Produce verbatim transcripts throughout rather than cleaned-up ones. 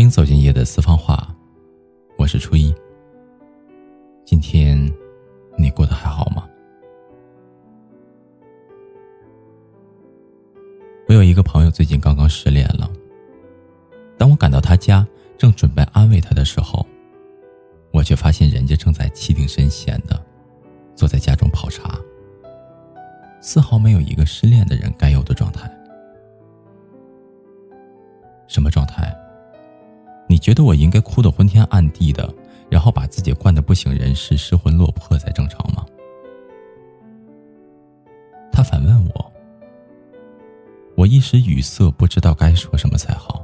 迎走进夜的私房话，我是初一。今天你过得还好吗？我有一个朋友最近刚刚失恋了，当我赶到他家正准备安慰他的时候，我却发现人家正在气定神闲的坐在家中泡茶，丝毫没有一个失恋的人该有的状态。什么状态？你觉得我应该哭得昏天暗地的，然后把自己灌得不省人事，失魂落魄才正常吗？他反问我，我一时语塞，不知道该说什么才好。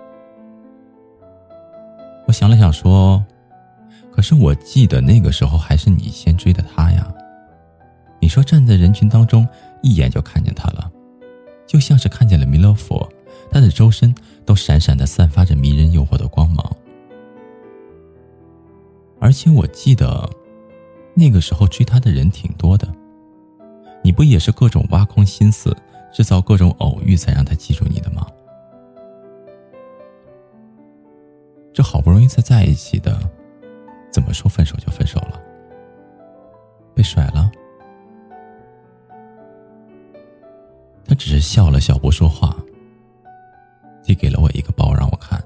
我想了想说，可是我记得那个时候还是你先追的他呀。你说站在人群当中一眼就看见他了，就像是看见了弥勒佛，他的周身都闪闪地散发着迷人诱惑的光芒。而且我记得那个时候追他的人挺多的，你不也是各种挖空心思制造各种偶遇才让他记住你的吗？这好不容易才在一起的，怎么说分手就分手了？被甩了？他只是笑了笑不说话，递给了我一个包让我看。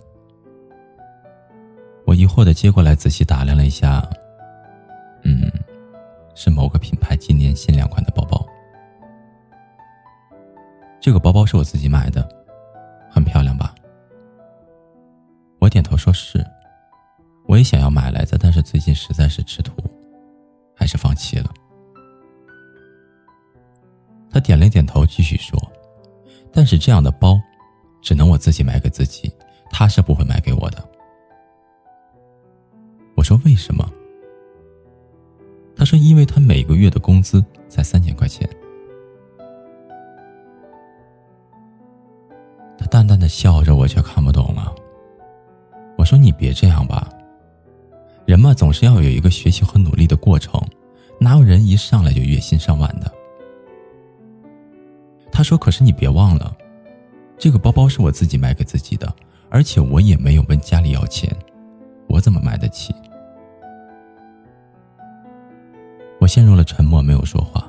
我疑惑地接过来仔细打量了一下，嗯，是某个品牌今年限量款的包包。这个包包是我自己买的，很漂亮吧？我点头说是，我也想要买来着，但是最近实在是吃土，还是放弃了。他点了点头，继续说，但是这样的包只能我自己买给自己，他是不会买给我的。我说为什么？他说因为他每个月的工资才三千块钱。他淡淡的笑着，我却看不懂了。我说你别这样吧，人嘛总是要有一个学习和努力的过程，哪有人一上来就月薪上万的？他说可是你别忘了，这个包包是我自己买给自己的，而且我也没有问家里要钱，我怎么买得起？我陷入了沉默，没有说话。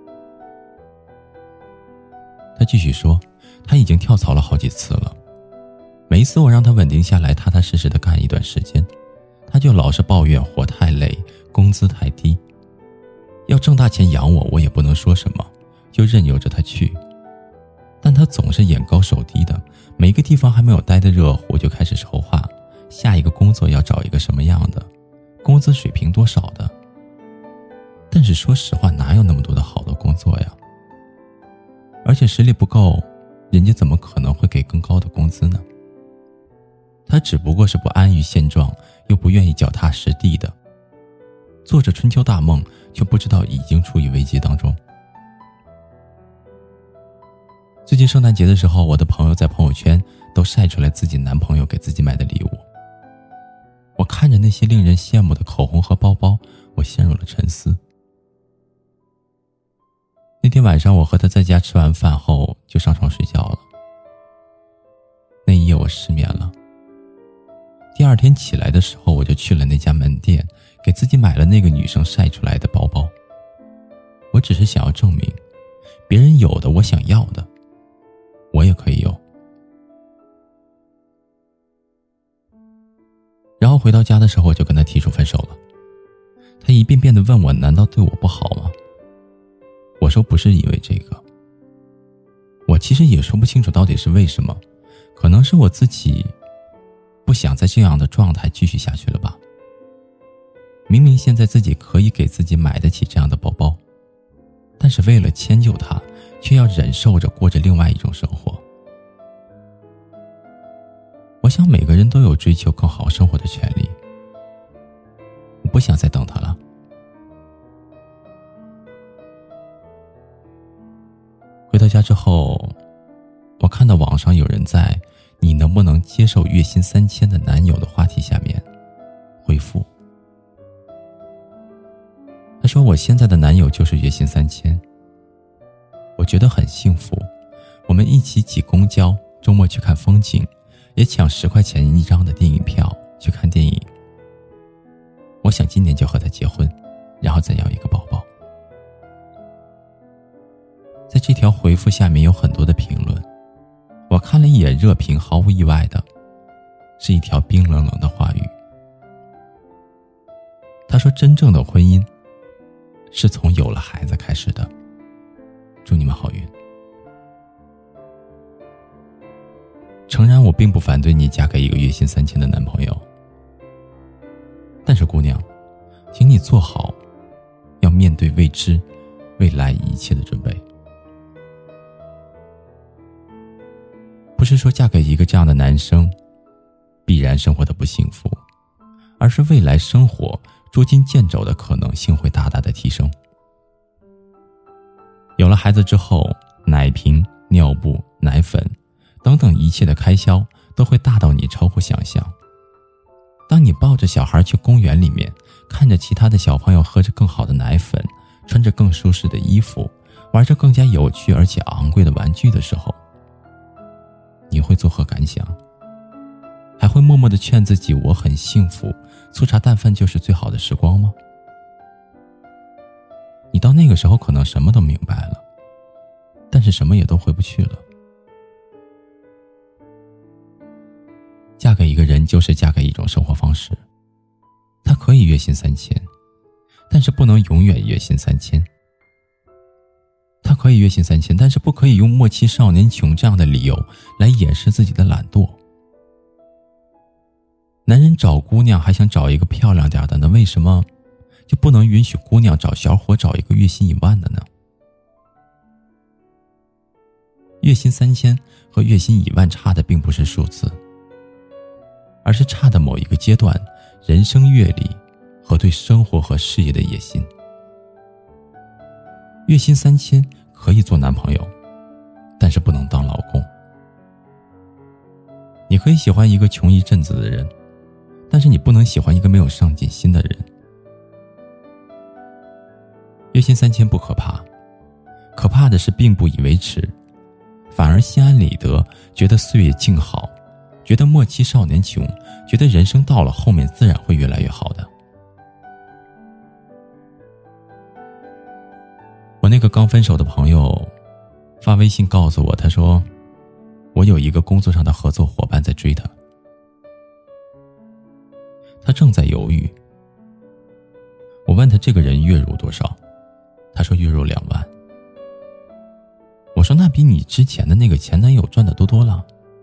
他继续说，他已经跳槽了好几次了，每一次我让他稳定下来，踏踏实实的干一段时间，他就老是抱怨活太累，工资太低，要挣大钱养我，我也不能说什么，就任由着他去。但他总是眼高手低的，每个地方还没有待得热乎，就开始筹划下一个工作要找一个什么样的，工资水平多少的。但是说实话，哪有那么多的好的工作呀？而且实力不够，人家怎么可能会给更高的工资呢？他只不过是不安于现状，又不愿意脚踏实地的做着春秋大梦，却不知道已经处于危机当中。最近圣诞节的时候，我的朋友在朋友圈都晒出来自己男朋友给自己买的礼物。我看着那些令人羡慕的口红和包包，我陷入了沉思。那天晚上我和他在家吃完饭后就上床睡觉了。那一夜我失眠了。第二天起来的时候，我就去了那家门店，给自己买了那个女生晒出来的包包。我只是想要证明，别人有的我想要的，我也可以有。然后回到家的时候，我就跟他提出分手了。他一遍遍地问我，难道对我不好吗？我说不是因为这个，我其实也说不清楚到底是为什么，可能是我自己不想在这样的状态继续下去了吧。明明现在自己可以给自己买得起这样的包包，但是为了迁就他，却要忍受着过着另外一种生活。我想每个人都有追求更好生活的权利，我不想再等他了。回到家之后，我看到网上有人在你能不能接受月薪三千的男友的话题下面回复。他说我现在的男友就是月薪三千，我觉得很幸福，我们一起挤公交，周末去看风景， 也抢十块钱一张的电影票去看电影。我想今年就和他结婚，然后再要一个宝宝。在这条回复下面有很多的评论，我看了一眼热评，毫无意外的是一条冰冷冷的话语。他说真正的婚姻是从有了孩子开始的，祝你们好运。诚然，我并不反对你嫁给一个月薪三千的男朋友，但是姑娘，请你做好要面对未知未来一切的准备。不是说嫁给一个这样的男生必然生活的不幸福，而是未来生活捉襟见肘的可能性会大大的提升。有了孩子之后，奶瓶、尿布、奶粉等等一切的开销都会大到你超乎想象。当你抱着小孩去公园里面，看着其他的小朋友喝着更好的奶粉，穿着更舒适的衣服，玩着更加有趣而且昂贵的玩具的时候，你会作何感想？还会默默地劝自己我很幸福，粗茶淡饭就是最好的时光吗？你到那个时候可能什么都明白了，但是什么也都回不去了。嫁给一个人就是嫁给一种生活方式，他可以月薪三千，但是不能永远月薪三千。他可以月薪三千，但是不可以用莫欺少年穷这样的理由来掩饰自己的懒惰。男人找姑娘还想找一个漂亮点的，那为什么就不能允许姑娘找小伙找一个月薪一万的呢？月薪三千和月薪一万差的并不是数字，而是差的某一个阶段人生阅历和对生活和事业的野心。月薪三千可以做男朋友，但是不能当老公。你可以喜欢一个穷一阵子的人，但是你不能喜欢一个没有上进心的人。月薪三千不可怕，可怕的是并不以为耻，反而心安理得，觉得岁月静好，觉得莫欺少年穷，觉得人生到了后面自然会越来越好的。我那个刚分手的朋友发微信告诉我，他说我有一个工作上的合作伙伴在追他，他正在犹豫。我问他这个人月入多少，他说月入两万。我说那比你之前的那个前男友赚的多多了。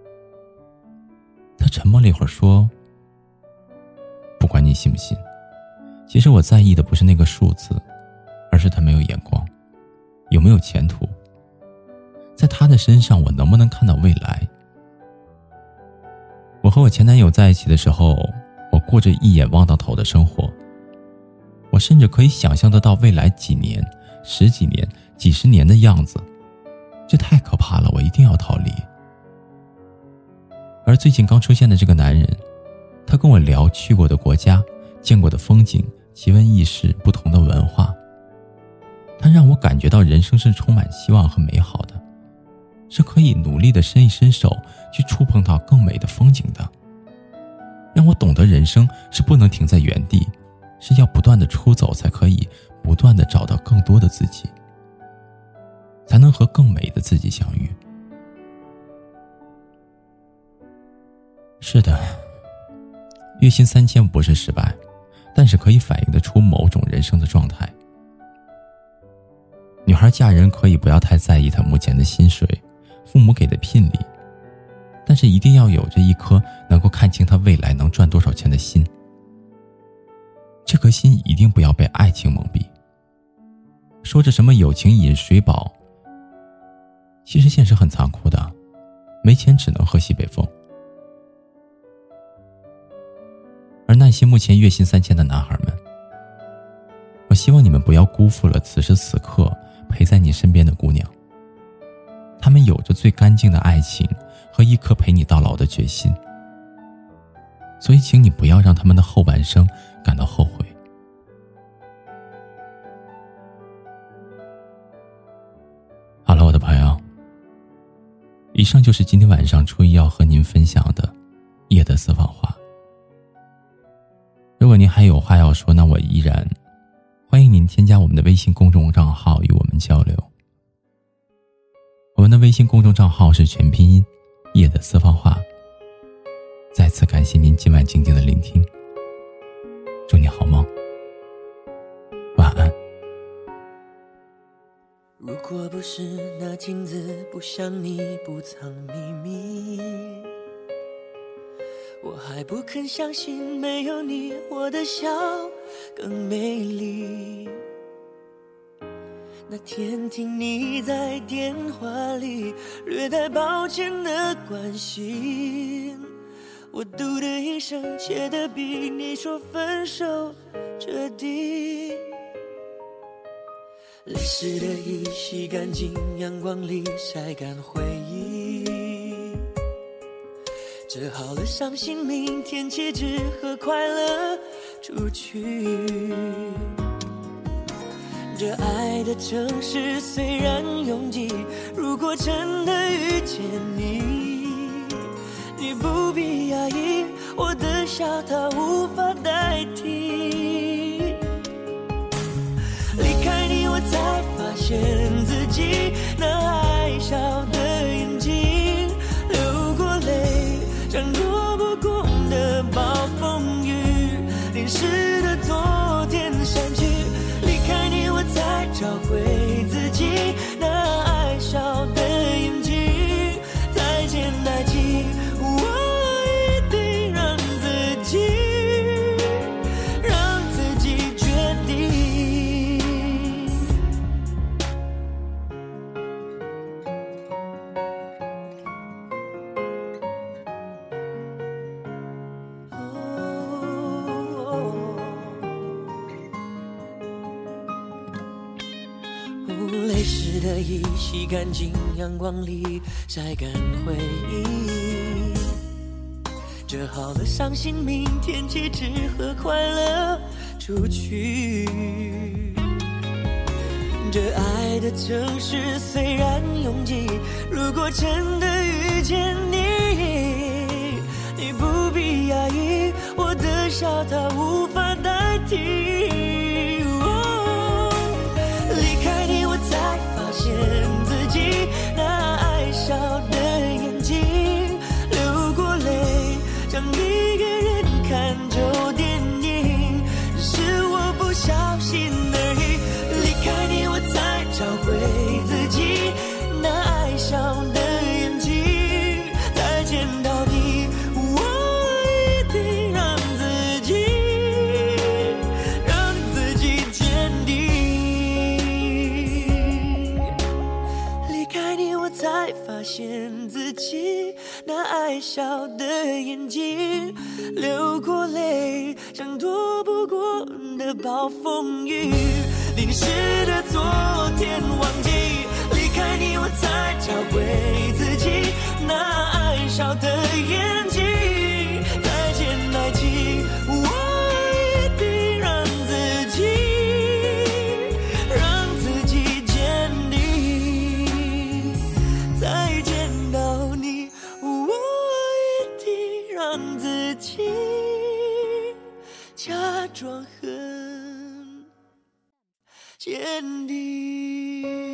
他沉默了一会儿说，不管你信不信，其实我在意的不是那个数字，而是他没有眼光，有没有前途，在他的身上我能不能看到未来。我和我前男友在一起的时候，我过着一眼望到头的生活，我甚至可以想象得到未来几年、十几年、几十年的样子，这太可怕了，我一定要逃离。而最近刚出现的这个男人，他跟我聊去过的国家、见过的风景、奇闻异事、不同的文化，他让我感觉到人生是充满希望和美好的，是可以努力地伸一伸手去触碰到更美的风景的，让我懂得人生是不能停在原地，是要不断地出走，才可以不断地找到更多的自己，才能和更美的自己相遇。是的，月薪三千不是失败，但是可以反映得出某种人生的状态。女孩嫁人可以不要太在意她目前的薪水、父母给的聘礼，但是一定要有着一颗能够看清她未来能赚多少钱的心。这颗心一定不要被爱情蒙蔽。说着什么友情饮水饱，其实现实很残酷的，没钱只能喝西北风。而那些目前月薪三千的男孩们，我希望你们不要辜负了此时此刻陪在你身边的姑娘，她们有着最干净的爱情和一颗陪你到老的决心，所以请你不要让他们的后半生感到后悔。好了，我的朋友，以上就是今天晚上初一要和您分享的夜的私房话。如果您还有话要说，那我依然欢迎您添加我们的微信公众账号与我们交流。我们的微信公众账号是全拼音夜的私房话。再次感谢您今晚静静的聆听，祝你好梦，晚安。 如果不是那镜子不像你不藏秘密，我还不肯相信没有你我的笑更美丽。那天听你在电话里略带抱歉的关心，我嘟的一声，写的比你说分手彻底。泪湿的衣洗干净，阳光里晒干回忆，折好了伤心，明天起只和快乐出去。这爱的城市虽然拥挤，如果真的遇见你，你不必压抑，我的笑它无法代替。离开你我才发现自己那爱笑的眼睛，流过泪像躲不过的暴风雨，淋湿的昨天删去。离开你我才找回自己那爱笑的眼睛，再见代替，我一定让自己让自己决定。泪湿的衣洗干净，阳光里晒干回忆，折好了伤心，明天起只和快乐出去。这爱的城市虽然拥挤，如果真的遇见你，你不必压抑，我的笑它无法代替。才发现自己那爱笑的眼睛，流过泪像一个人看旧电影，是我不小心而已。离开你我才找回自己那爱笑的眼睛，再见到你我一定让自己让自己坚定。才发现自己那爱笑的眼睛，流过泪像躲不过的暴风雨，淋湿的昨天忘记。离开你我才找回自己那爱笑的眼睛，再见代替，我一定让自己让自己坚定。再见到你，我一定让自己假装很坚定。